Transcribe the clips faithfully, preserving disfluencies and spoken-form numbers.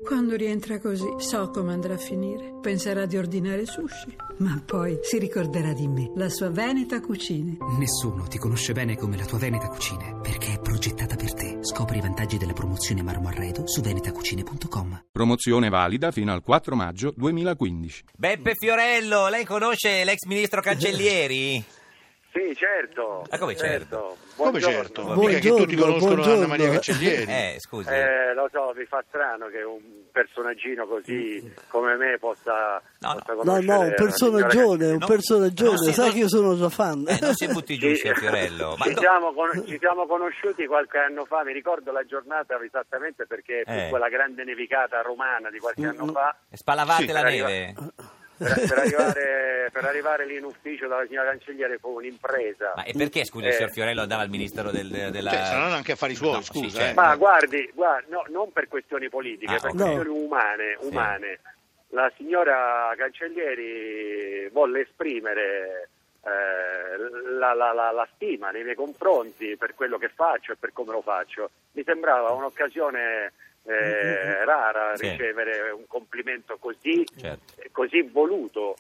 Quando rientra così, so come andrà a finire. Penserà di ordinare sushi, ma poi si ricorderà di me, la sua Veneta Cucine. Nessuno ti conosce bene come la tua Veneta Cucine, perché è progettata per te. Scopri i vantaggi della promozione Marmo Arredo su venetacucine punto com. Promozione valida fino al quattro maggio duemilaquindici. Beppe Fiorello, lei conosce l'ex ministro Cancellieri? Sì, certo. Ma come certo? Come Buongiorno. certo? Buongiorno. Mica che tutti conoscono buongiorno. Anna Maria Cancellieri. Eh, scusi. Eh, lo so, mi fa strano che un personaggino così come me possa, No, possa No, conoscere no, un la personaggione, signora un No, personaggione, no, sì, sai no. che io sono già fan. Eh, non si butti giù, Sì. signor Fiorello. Ma ci, no- siamo con- ci siamo conosciuti qualche anno fa, mi ricordo la giornata esattamente perché fu Eh. quella grande nevicata romana di qualche anno Mm. fa. Spalavate Sì, la per neve? Per, per arrivare, per arrivare lì in ufficio dalla signora Cancelliere fu un'impresa. Ma e perché, scusi, Eh. il signor Fiorello andava al ministero del, della... Cioè, saranno anche affari suoi, No, sì, scusa. certo. eh. Ma guardi, guardi, no, non per questioni politiche, Ah, per ok. questioni umane, Sì. umane. La signora Cancellieri volle esprimere eh, la, la, la, la stima nei miei confronti per quello che faccio e per come lo faccio. Mi sembrava un'occasione eh, rara Sì. ricevere un complimento così, Certo. così voluto,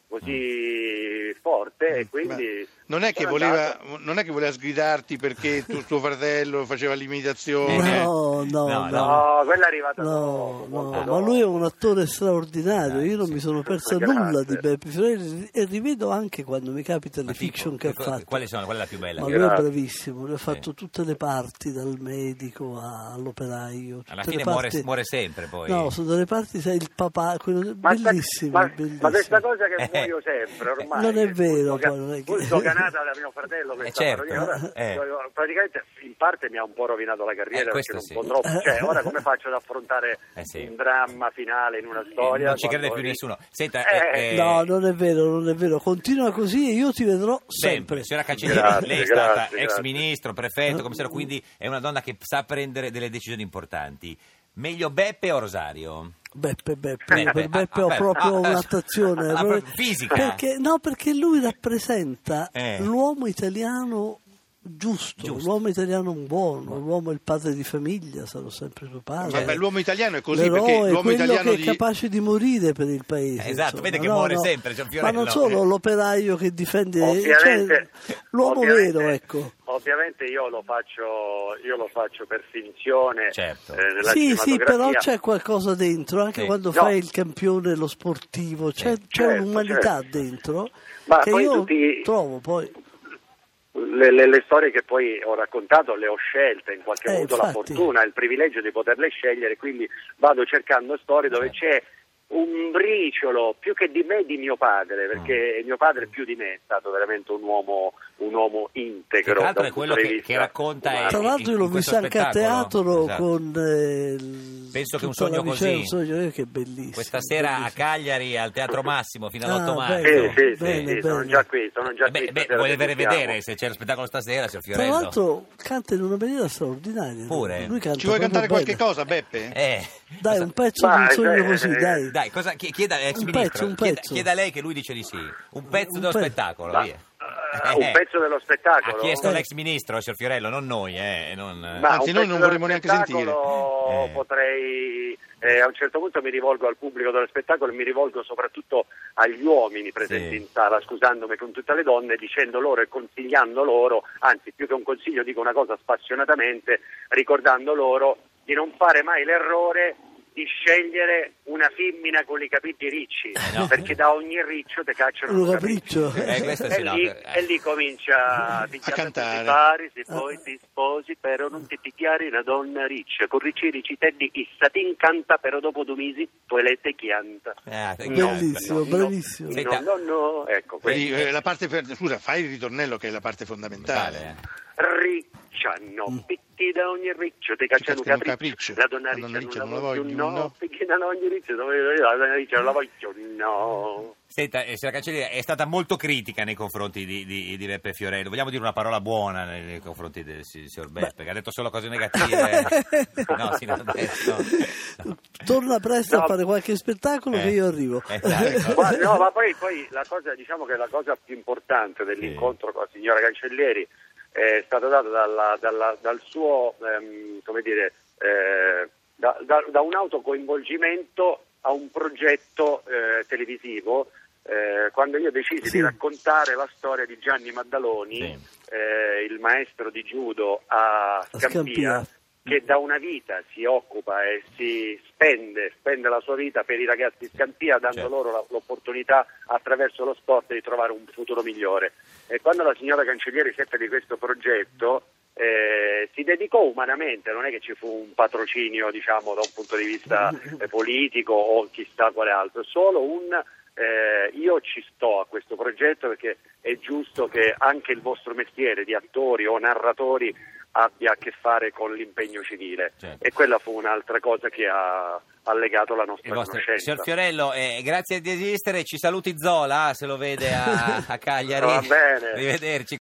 così forte e quindi... Non è, che sono voleva, andato- non è che voleva sgridarti perché tu, tuo fratello faceva l'imitazione. No, no, No, no. No, quella è arrivata No, dopo, no, molto ma dopo. lui è un attore straordinario, io non sì. mi sono persa Grazie. nulla di Beppe Fiorello e rivedo anche quando mi capita le Ma tipo, fiction che ha qu- fatto. Quali sono? Qual è la più bella? Ma che- lui è Grazie. bravissimo, lui ha fatto tutte le parti, dal medico a- all'operaio. Alla tutte fine le muore, parti- muore sempre poi. No, sono delle parti, sai, il papà, quello Ma, sta- bellissimo, ma, bellissimo. ma questa cosa che Eh. muoio sempre ormai Non è vero, pur- poi non è che- pur doganata da mio fratello questa Eh, certo. parodia, ora, Eh. io- praticamente in parte mi ha un po' rovinato la carriera Eh, perché questo non sì. po' troppo, cioè ora come faccio ad affrontare Eh, sì. un dramma finale in una Eh, storia non ci crede quando più ri- nessuno. Senta, Eh, eh, eh, No, non è vero, non è vero. Continua così e io ti vedrò sempre. sempre. Signora Cancellieri, Grazie, lei è stata grazie, ex grazie. ministro, prefetto, commissario, quindi è una donna che sa prendere delle decisioni importanti. Meglio Beppe o Rosario? Beppe, Beppe, Beppe, per Beppe ah, ho ah, proprio ah, un'attrazione ah, proprio- fisica? perché, no, perché lui rappresenta Eh. l'uomo italiano giusto, Giusto. l'uomo italiano buono, l'uomo il padre di famiglia, sarà sempre suo padre. Vabbè, l'uomo italiano è così L'eroe, perché l'uomo quello italiano che è di... capace di morire per il paese. Eh, esatto, insomma. vede che No, muore no. sempre, signor Ma Fiorello. non solo l'operaio che difende, Ovviamente, cioè, l'uomo ovviamente- vero, ecco. Ovviamente io lo faccio, io lo faccio per finzione Certo. eh, nella Sì, sì, cinematografia. però c'è qualcosa dentro, anche Sì. quando No. fai il campione, lo sportivo, c'è, Sì. c'è Certo, un'umanità certo. dentro Ma che poi io tutti- trovo poi. Le, le- le storie che poi ho raccontato le ho scelte, in qualche Eh, modo la infatti. fortuna, il privilegio di poterle scegliere, quindi vado cercando storie dove c'è un briciolo più che di me di mio padre, perché mio padre più di me è stato veramente un uomo, un uomo Che integro. tra l'altro da è un quello punto di che, che vista racconta umano. Tra in- l'altro io in l'ho questo visto anche a spettacolo. teatro Esatto. con eh, il- Penso che un tutta la sogno vicenda, così. un sogno eh, che è bellissimo. Questa sera a bellissimo. Cagliari al Teatro Massimo fino all'otto Ah, marzo. bello. Sì, sì, sì, Bene, sì, sono bene. già qui, sono già Eh qui. beh, beh, stasera vuole ci vedere, sentiamo. vedere se c'è lo spettacolo stasera, signor Tra Fiorello? l'altro canta in una maniera straordinaria. Pure? Lui canta Ci vuoi proprio cantare bene. qualche cosa, Beppe? Eh, Dai, cosa- un pezzo Ma, di un sogno eh, così, eh, dai. Dai, cosa, chi- chieda, ex Un ministro, pezzo, un chieda, pezzo. chieda a lei che lui dice di sì. Un pezzo Un dello pezzo. spettacolo, Ma- via. eh, un pezzo dello spettacolo? Ha chiesto Eh. l'ex ministro, signor Fiorello, non noi, eh, non... Ma Anzi, un noi pezzo non dello vorremmo neanche spettacolo sentire. Eh. Potrei, eh, a un certo punto mi rivolgo al pubblico dello spettacolo e mi rivolgo soprattutto agli uomini presenti Sì. in sala, scusandomi con tutte le donne, dicendo loro e consigliando loro, anzi più che un consiglio dico una cosa spassionatamente, ricordando loro di non fare mai l'errore di scegliere una femmina con i capelli ricci, no. perché da ogni riccio te cacciano Un un capriccio. capriccio. Eh, questo E sì, no, lì, per- e lì comincia a, cantare. Ti pari, se poi ti sposi, però non ti picchiare una donna riccia. Con ricci ricci te di chissà ti incanta, però dopo due mesi tu elette chianta. Ah, Bellissimo, no, bravissimo. No, Senta- no, no, ecco, Quindi, questo. eh, la parte per- Scusa, fai il ritornello che è la parte fondamentale. Vale, eh. Riccia, no, picchi da ogni riccio, ti cacciano un cascano un capriccio. capriccio. La donna La riccia donna riccia non la voglio, no. no, picchi da ogni riccio, la donna riccia non la voglio, no. Senta, eh, signora Cancellieri, è stata molto critica nei confronti di, di, di Beppe Fiorello. Vogliamo dire una parola buona nei, nei confronti del si- signor Beppe, che ha detto solo cose negative. No, sì, non ha detto. No. Torna presto No. a fare qualche spettacolo Eh. che io arrivo. Eh, dai, no. Ma, no, ma poi, poi la cosa, diciamo che la cosa più importante dell'incontro con la signora Cancellieri è stata data dalla, dalla, dal suo, ehm, come dire, eh, da, da, da un autocoinvolgimento a un progetto eh, televisivo. Eh, quando io decisi sì. di raccontare la storia di Gianni Maddaloni, Sì. eh, il maestro di judo a Scampia, Scampia. che da una vita si occupa e si spende, spende la sua vita per i ragazzi di Scampia, dando Certo. loro la, l'opportunità attraverso lo sport di trovare un futuro migliore. E quando la signora Cancellieri seppe di questo progetto, eh, si dedicò umanamente, non è che ci fu un patrocinio, diciamo, da un punto di vista eh, politico o chissà quale altro, solo un eh, io ci sto a questo progetto perché è giusto che anche il vostro mestiere di attori o narratori abbia a che fare con l'impegno civile. Certo. E quella fu un'altra cosa che ha, ha legato la nostra Il vostro- conoscenza. Signor Fiorello, eh, grazie di esistere, ci saluti Zola, se lo vede a, a Cagliari. Va bene. Arrivederci.